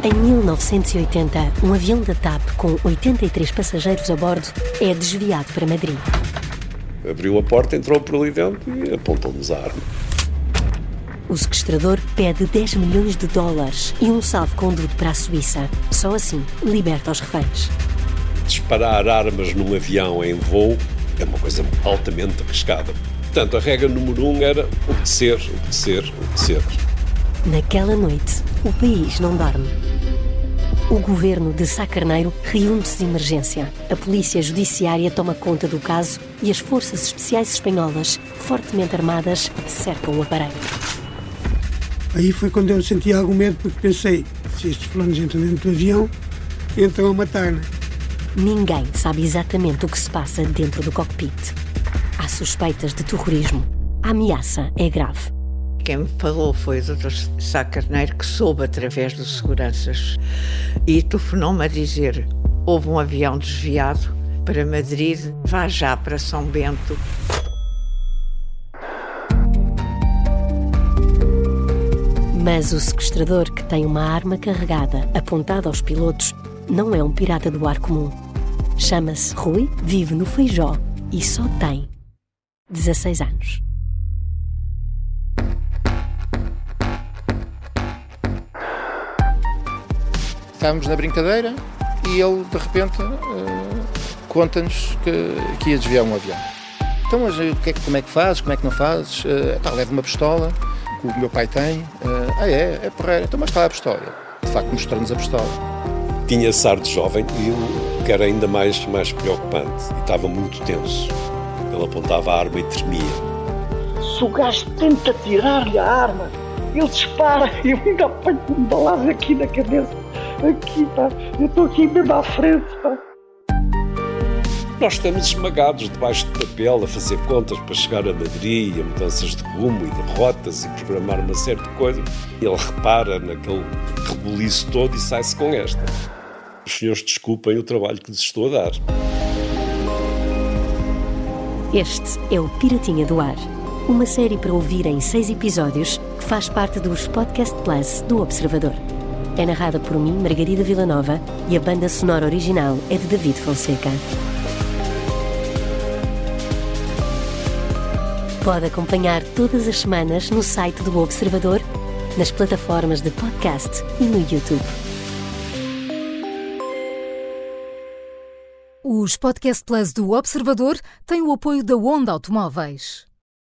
Em 1980, um avião da TAP com 83 passageiros a bordo é desviado para Madrid. Abriu a porta, entrou por ali dentro e apontou-nos a arma. O sequestrador pede 10 milhões de dólares e um salvo-conduto para a Suíça. Só assim liberta os reféns. Disparar armas num avião em voo é uma coisa altamente arriscada. Portanto, a regra número 1 era obedecer, obedecer, obedecer. Naquela noite, o país não dorme. O governo de Sá Carneiro reúne-se de emergência. A polícia judiciária toma conta do caso e as forças especiais espanholas, fortemente armadas, cercam o aparelho. Aí foi quando eu senti algum medo, porque pensei, se estes fulanos entram dentro do avião, entram a matar-me. Ninguém sabe exatamente o que se passa dentro do cockpit. Há suspeitas de terrorismo. A ameaça é grave. Quem me falou foi o Dr. Sá Carneiro, que soube através dos seguranças e telefonou-me a dizer: houve um avião desviado para Madrid, vá já para São Bento. Mas o sequestrador, que tem uma arma carregada apontada aos pilotos, não é um pirata do ar comum. Chama-se Rui, vive no Feijó e só tem 16 anos. Estávamos na brincadeira e ele, de repente, conta-nos que ia desviar um avião. Então, mas como é que fazes? Como é que não fazes? Leva uma pistola, que o meu pai tem. É porreira. Então, mas está a pistola. De facto, mostrou-nos a pistola. Tinha ar de jovem e o que era ainda mais preocupante. E estava muito tenso. Ele apontava a arma e tremia. Se o gajo tenta tirar-lhe a arma, ele dispara e eu ainda apanho um balazo aqui na cabeça. Aqui, pá. Eu estou aqui mesmo à frente, pá. Nós estamos esmagados debaixo de papel a fazer contas para chegar a Madrid, a mudanças de rumo e de rotas e programar uma série de coisas. Ele repara naquele rebuliço todo e sai-se com esta. Os senhores desculpem o trabalho que lhes estou a dar. Este é o Piratinha do Ar, uma série para ouvir em 6 episódios que faz parte dos Podcast Plus do Observador. É narrada por mim, Margarida Villanova, e a banda sonora original é de David Fonseca. Pode acompanhar todas as semanas no site do Observador, nas plataformas de podcast e no YouTube. Os Podcast Plus do Observador têm o apoio da Onda Automóveis.